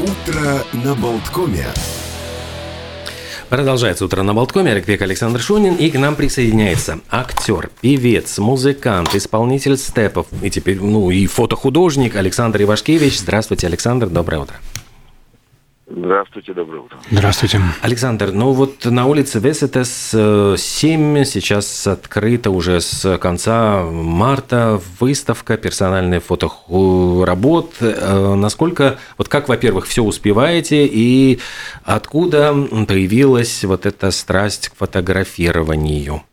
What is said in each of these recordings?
Утро на Болткоме. Продолжается «Утро на Болткоме». Олег Пек, Александр Шунин. И к нам присоединяется актер, певец, музыкант, исполнитель степов и теперь, и фотохудожник Александр Ивашкевич. Здравствуйте, Александр. Доброе утро. Здравствуйте, доброе утро. Здравствуйте. Александр, на улице Весетес 7 сейчас открыта уже с конца марта выставка персональных фоторабот. Насколько, как, во-первых, все успеваете и откуда появилась эта страсть к фотографированию?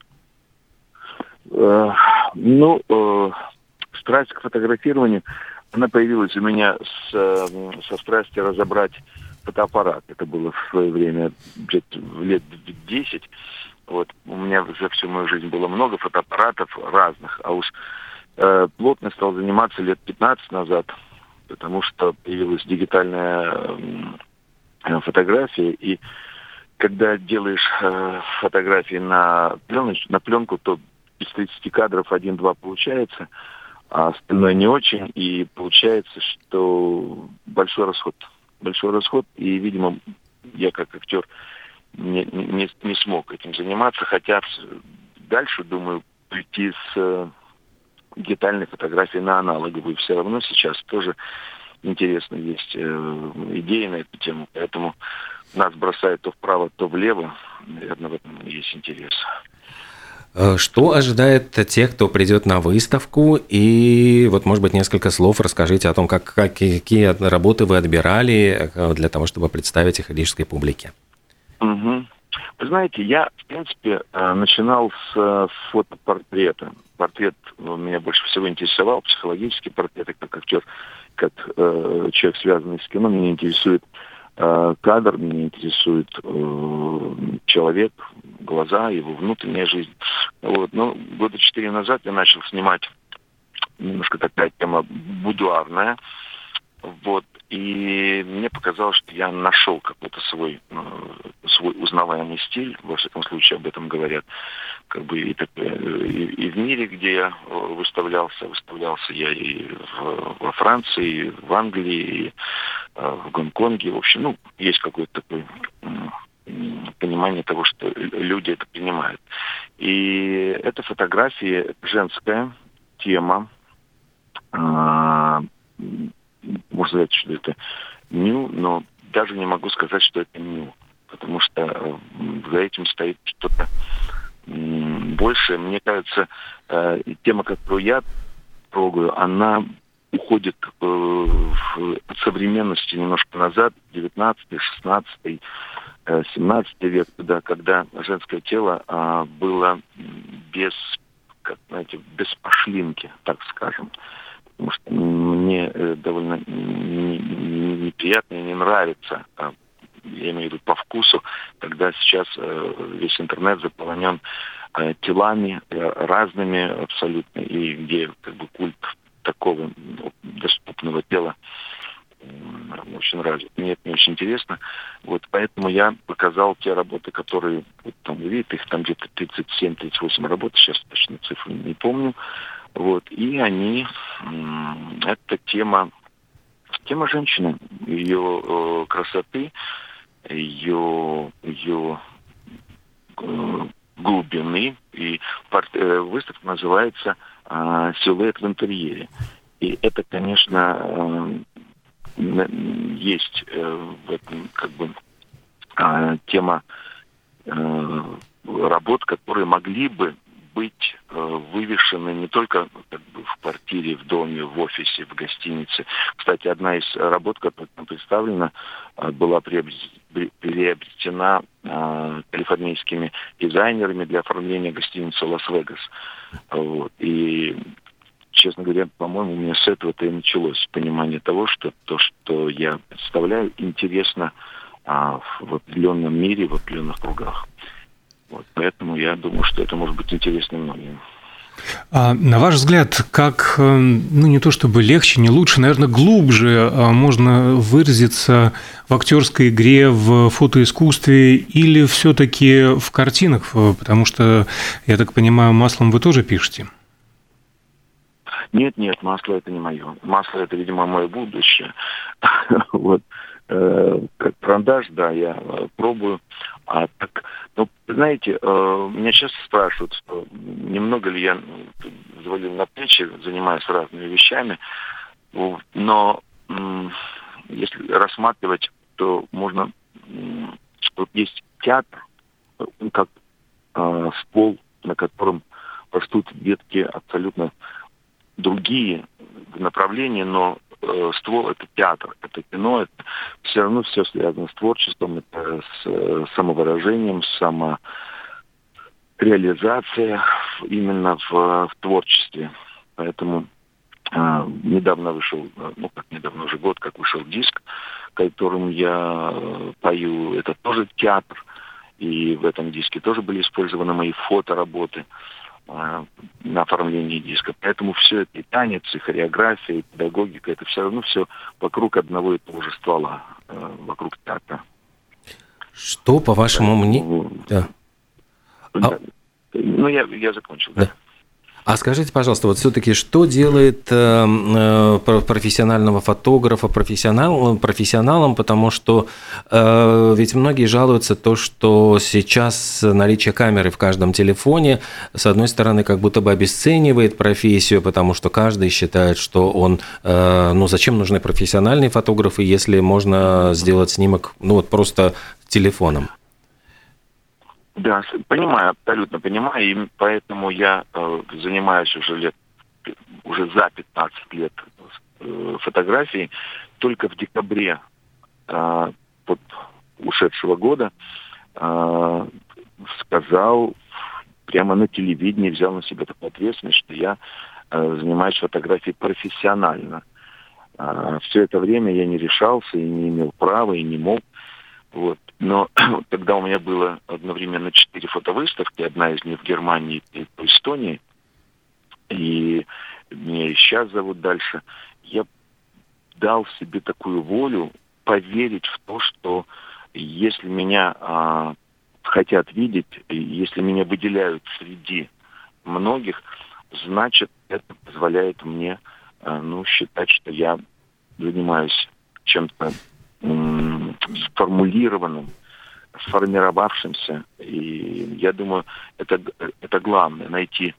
Страсть к фотографированию, она появилась у меня со страсти разобрать фотоаппарат. Это было в свое время, лет 10. У меня за всю мою жизнь было много фотоаппаратов разных, а уж плотно стал заниматься лет 15 назад, потому что появилась дигитальная фотография, и когда делаешь фотографии на пленку, то из 30 кадров 1-2 получается, а остальное не очень, и получается, что большой расход, и, видимо, я как актер не смог этим заниматься, хотя дальше, думаю, прийти с дигитальной фотографии на аналоговую. Все равно сейчас тоже интересно есть идеи на эту тему, поэтому нас бросает то вправо, то влево, наверное, в этом есть интерес. Что ожидает тех, кто придет на выставку? И может быть, несколько слов расскажите о том, какие работы вы отбирали для того, чтобы представить их рижской публике. Угу. Вы знаете, я, в принципе, начинал с фотопортрета. Портрет меня больше всего интересовал, психологические портреты, как актер, как человек, связанный с кино. Меня интересует кадр, меня интересует человек, глаза, его внутренняя жизнь. Года 4 назад я начал снимать немножко такая тема будуарная. И мне показалось, что я нашел какой-то свой узнаваемый стиль, во всяком случае об этом говорят, и в мире, где я выставлялся я и во Франции, и в Англии, и в Гонконге. В общем, есть какое-то такое понимание того, что люди это принимают. И эта фотография женская тема. Можно сказать, что это ню, но даже не могу сказать, что это ню, потому что за этим стоит что-то большее. Мне кажется, тема, которую я трогаю, она уходит от современности немножко назад, 19, 16, 17 век, когда женское тело было без пошлинки, так скажем. Потому что мне довольно неприятно и не нравится, я имею в виду по вкусу, когда сейчас весь интернет заполнен телами разными абсолютно, и где культ такого доступного тела очень развит. Мне это не очень интересно. Поэтому я показал те работы, которые, вы видите, их там где-то 37-38 работ, сейчас точно цифру не помню. И они, это тема женщины, ее красоты, ее глубины. И выставка называется «Силуэт в интерьере». И это, конечно, есть в этом тема работ, которые могли бы быть вывешены не только в квартире, в доме, в офисе, в гостинице. Кстати, одна из работ, которая там представлена, была приобретена калифорнийскими дизайнерами для оформления гостиницы «Лас-Вегас». И, честно говоря, по-моему, у меня с этого-то и началось понимание того, что то, что я представляю, интересно в определенном мире, в определенных кругах. Поэтому я думаю, что это может быть интересно многим. А на ваш взгляд, как, не то чтобы легче, не лучше, наверное, глубже можно выразиться в актерской игре, в фотоискусстве или все-таки в картинах? Потому что, я так понимаю, маслом вы тоже пишете? Нет, масло это не мое. Масло это, видимо, мое будущее. Вот. Как карандаш, да, я пробую. А так, знаете, меня часто спрашивают, что немного ли я взвалил на плечи, занимаюсь разными вещами. Но если рассматривать, то можно, что есть театр, как ствол, на котором растут ветки абсолютно другие направления, но ствол — это театр, это кино, это все равно все связано с творчеством, это с самовыражением, самореализацией именно в творчестве. Поэтому недавно вышел, уже год, как вышел диск, которым я пою, это тоже театр, и в этом диске тоже были использованы мои фотоработы на оформлении диска. Поэтому все это и танец, и хореография, и педагогика, это все равно все вокруг одного и того же ствола, вокруг театра. Что, по вашему мнению... Да. Я закончил, да. А скажите, пожалуйста, вот все-таки что делает профессионального фотографа профессионалом, потому что ведь многие жалуются то, что сейчас наличие камеры в каждом телефоне, с одной стороны, как будто бы обесценивает профессию, потому что каждый считает, что он, зачем нужны профессиональные фотографы, если можно сделать снимок, просто телефоном. Да, понимаю, абсолютно понимаю, и поэтому я занимаюсь уже за 15 лет фотографией. Только в декабре ушедшего года сказал прямо на телевидении, взял на себя такую ответственность, что я занимаюсь фотографией профессионально. Все это время я не решался и не имел права, и не мог. Вот. Но тогда у меня было одновременно 4 фотовыставки, одна из них в Германии и в Эстонии, и меня и сейчас зовут дальше. Я дал себе такую волю поверить в то, что если меня хотят видеть, если меня выделяют среди многих, значит, это позволяет мне считать, что я занимаюсь чем-то сформулированным, сформировавшимся. И я думаю, это главное, найти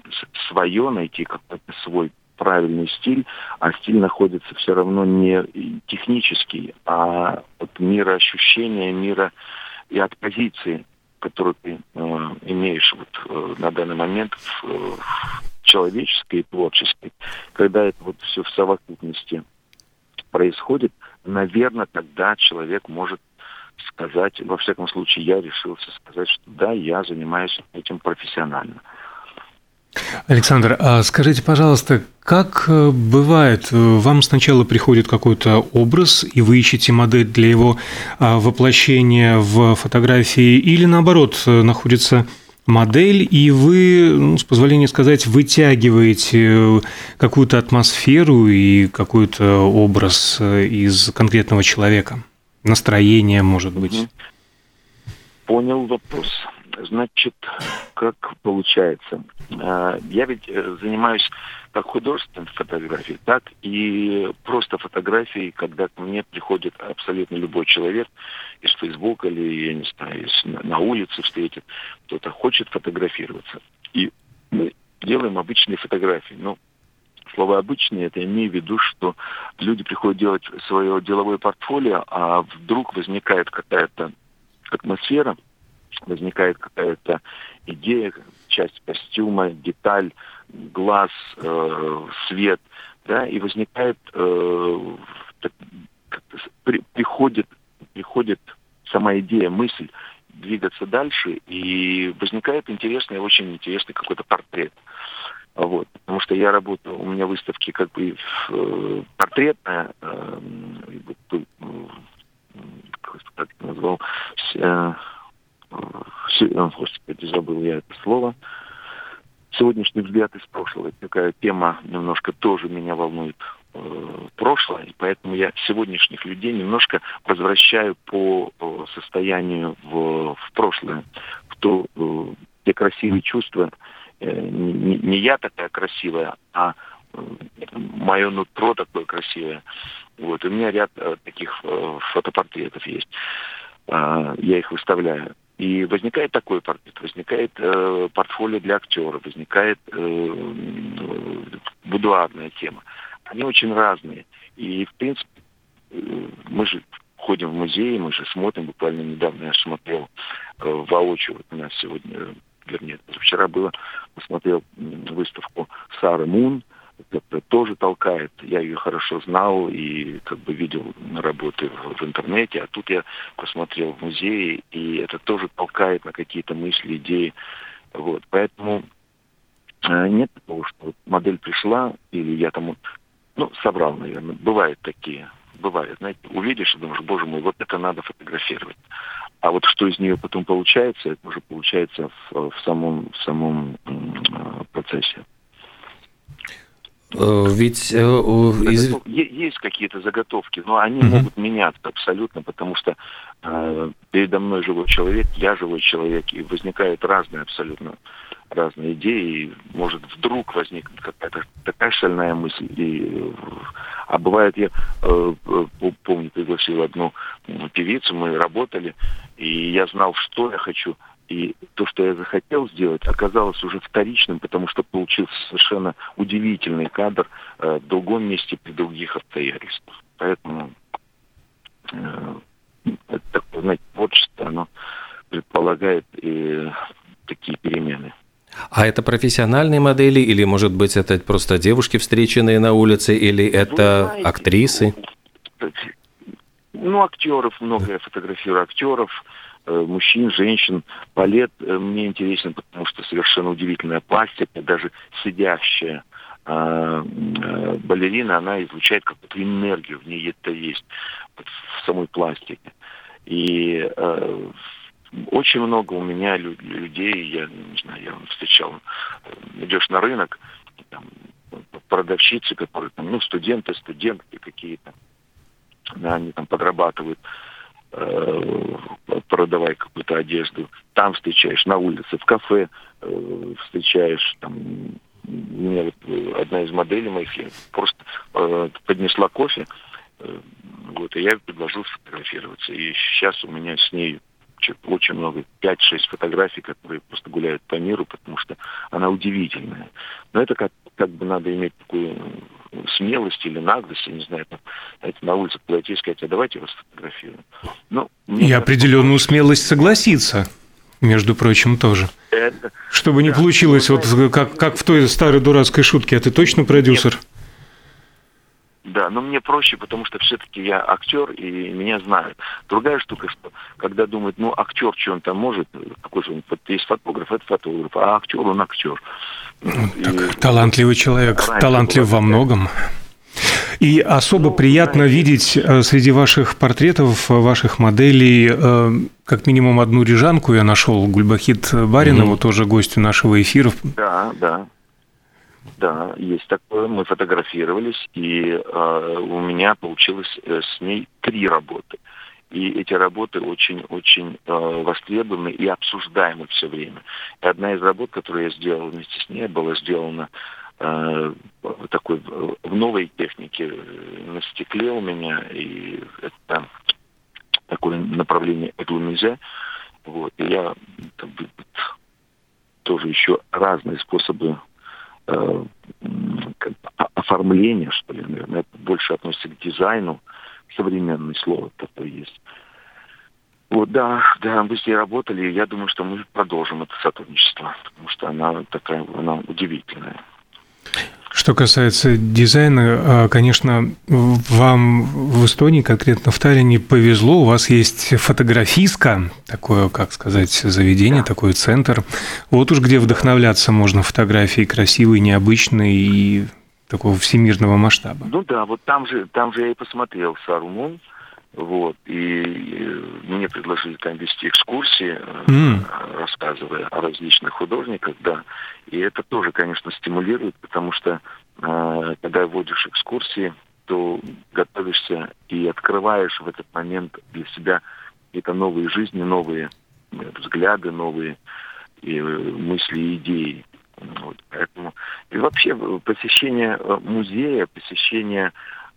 какой-то свой правильный стиль, а стиль находится все равно не технический, а от мира ощущения, мира и от позиции, которую ты имеешь на данный момент в человеческой и творческой. Когда это все в совокупности происходит, наверное, тогда человек может сказать, во всяком случае, я решился сказать, что да, я занимаюсь этим профессионально. Александр, а скажите, пожалуйста, как бывает, вам сначала приходит какой-то образ, и вы ищете модель для его воплощения в фотографии, или наоборот, находится модель, и вы, с позволения сказать, вытягиваете какую-то атмосферу и какой-то образ из конкретного человека? Настроение, может быть? Понял вопрос. Значит, как получается? Я ведь занимаюсь как художественной фотографией, так и просто фотографией, когда ко мне приходит абсолютно любой человек из Фейсбука или, я не знаю, на улице встретит, кто-то хочет фотографироваться. И мы делаем обычные фотографии. Слово «обычные» — это имею в виду, что люди приходят делать свое деловое портфолио, а вдруг возникает какая-то атмосфера, возникает какая-то идея, часть костюма, деталь, глаз, свет, да, и возникает, приходит сама идея, мысль двигаться дальше, и возникает очень интересный какой-то портрет. Потому что я работаю, у меня выставки портретная, как я назвал, господи, забыл я это слово. Сегодняшний взгляд из прошлого. Такая тема немножко тоже меня волнует, прошлое, и поэтому я сегодняшних людей немножко возвращаю по состоянию в прошлое, те красивые чувства. Не я такая красивая, а мое нутро такое красивое. Вот. У меня ряд таких фотопортретов есть. Я их выставляю. И возникает такой портрет, возникает портфолио для актера, возникает будуарная тема. Они очень разные. И, в принципе, мы же ходим в музей, мы же смотрим. Буквально недавно я смотрел воочию. Вот у нас сегодня, вернее, вчера было, посмотрел выставку Сары Мун. Это тоже толкает. Я ее хорошо знал и как бы видел работы в интернете, а тут я посмотрел в музее, и это тоже толкает на какие-то мысли, идеи. Вот. Поэтому нет такого, что вот модель пришла, или я там, собрал, наверное. Бывают такие. Бывает, знаете, увидишь и думаешь, боже мой, вот это надо фотографировать. А вот что из нее потом получается, это уже получается в самом процессе. Ведь есть какие-то заготовки, но они могут меняться абсолютно, потому что передо мной живой человек, я живой человек, и возникают абсолютно разные идеи, и может вдруг возникнет какая-то такая шальная мысль. А бывает, я помню, пригласил одну певицу, мы работали, и я знал, что я хочу. И то, что я захотел сделать, оказалось уже вторичным, потому что получился совершенно удивительный кадр в другом месте при других обстоятельствах. Поэтому это такое, знаете, творчество, оно предполагает и такие перемены. А это профессиональные модели, или, может быть, это просто девушки, встреченные на улице, или это знаете, актрисы? Актеров много, я фотографирую актеров, мужчин, женщин. Балет мне интересен, потому что совершенно удивительная пластика, даже сидящая балерина, она излучает какую-то энергию, в ней это есть, вот в самой пластике. И очень много у меня людей, я не знаю, я встречал, идешь на рынок, там, продавщицы, которые там, студенты, студентки какие-то, они там подрабатывают, продавай какую-то одежду, там встречаешь, на улице, в кафе встречаешь, там, у меня вот одна из моделей моих, я просто поднесла кофе, вот, и я предложил сфотографироваться, и сейчас у меня с ней очень много, 5-6 фотографий, которые просто гуляют по миру, потому что она удивительная. Но это как бы надо иметь такую смелость или наглость, я не знаю, там, на улице подойти и сказать, а давайте вас сфотографируем. И определенную смелость согласиться, между прочим, тоже. Чтобы не получилось, вот как в той старой дурацкой шутке, а ты точно продюсер? Да, но мне проще, потому что все-таки я актер, и меня знают. Другая штука, что когда думают, актер, что он там может, какой же он, есть фотограф, это фотограф, а актер, он актер. Талантливый человек, талантлив во многом. И особо приятно видеть среди ваших портретов, ваших моделей, как минимум одну рижанку я нашел, Гульбахит Баринову, тоже гостью нашего эфира. Да, есть такое. Мы фотографировались, и у меня получилось с ней 3 работы. И эти работы очень-очень востребованы и обсуждаемы все время. И одна из работ, которую я сделал вместе с ней, была сделана такой в новой технике на стекле у меня, и это такое направление эглумизе. Вот, и я тоже еще разные способы оформления, что ли, наверное, это больше относится к дизайну, современное слово такое есть. Вот, да, мы с ней работали, и я думаю, что мы продолжим это сотрудничество, потому что она удивительная. Что касается дизайна, конечно, вам в Эстонии, конкретно в Таллине, повезло. У вас есть фотографистка, такое, как сказать, заведение, такой центр. Вот уж где вдохновляться можно фотографией красивой, необычной и такого всемирного масштаба. Вот там же я и посмотрел Сару Мун. Вот, и мне предложили там вести экскурсии, рассказывая о различных художниках, да. И это тоже, конечно, стимулирует, потому что когда вводишь экскурсии, то готовишься и открываешь в этот момент для себя какие-то новые жизни, новые взгляды, новые мысли и идеи. Вот, поэтому и вообще посещение музея, посещение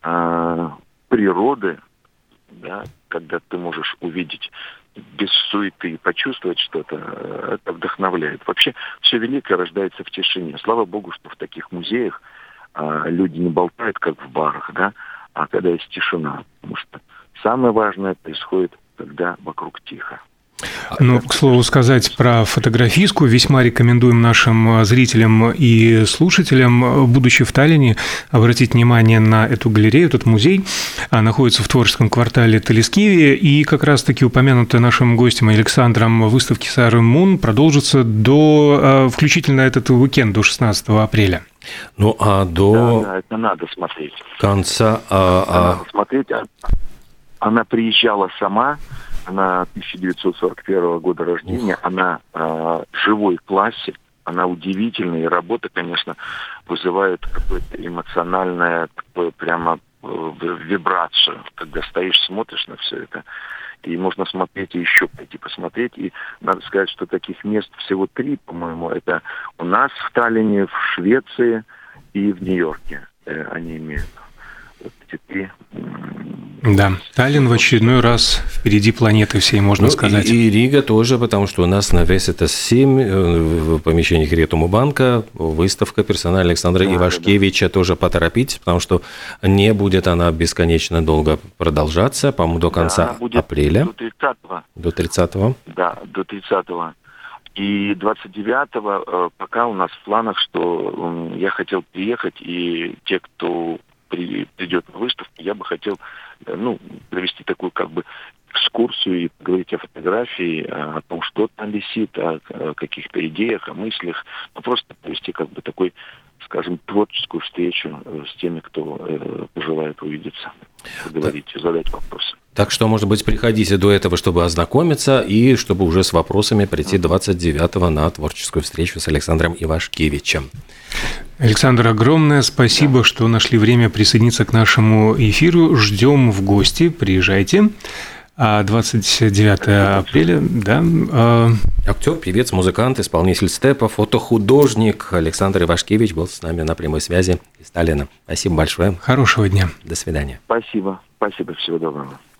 природы, да, когда ты можешь увидеть без суеты, почувствовать что-то, это вдохновляет. Вообще все великое рождается в тишине. Слава Богу, что в таких музеях люди не болтают, как в барах, да, а когда есть тишина. Потому что самое важное происходит, когда вокруг тихо. Ну, к слову сказать про фотографистку, весьма рекомендуем нашим зрителям и слушателям, будучи в Таллине, обратить внимание на эту галерею, этот музей. Находится в творческом квартале Талискиви, и как раз-таки упомянутая нашим гостем Александром выставки Сары Мун продолжится до, включительно этот уикенд, до 16 апреля. Ну, а до... Да, это надо смотреть. Конца... Надо смотреть. Она приезжала сама. Она 1941 года рождения, она живой классик, она удивительная, и работа, конечно, вызывает какое-то эмоциональное, такое прямо вибрацию, когда стоишь, смотришь на все это, и можно смотреть и еще пойти посмотреть, и надо сказать, что таких мест всего 3, по-моему, это у нас в Таллине, в Швеции и в Нью-Йорке они имеют. Вот эти 3. Да, Таллин в очередной раз впереди планеты всей, можно сказать. И Рига тоже, потому что у нас на ВСТ-7 в помещении Ретуму-банка выставка персонала Александра Ивашкевича. Тоже поторопитесь, потому что не будет она бесконечно долго продолжаться, по-моему, до конца апреля. До 30-го. До 30-го. Да, до 30-го. И 29-го пока у нас в планах, что я хотел приехать, и те, кто придет на выставку, я бы хотел провести такую как бы экскурсию и поговорить о фотографии, о том, что там висит, о каких-то идеях, о мыслях, просто провести как бы такой, скажем, творческую встречу с теми, кто пожелает увидеться, поговорить, задать вопросы. Так что, может быть, приходите до этого, чтобы ознакомиться, и чтобы уже с вопросами прийти 29-го на творческую встречу с Александром Ивашкевичем. Александр, огромное спасибо, что нашли время присоединиться к нашему эфиру. Ждем в гости, приезжайте. 29 апреля, да. Актер, певец, музыкант, исполнитель степа, фотохудожник Александр Ивашкевич был с нами на прямой связи из Таллина. Спасибо большое. Хорошего дня. До свидания. Спасибо. Спасибо. Всего доброго.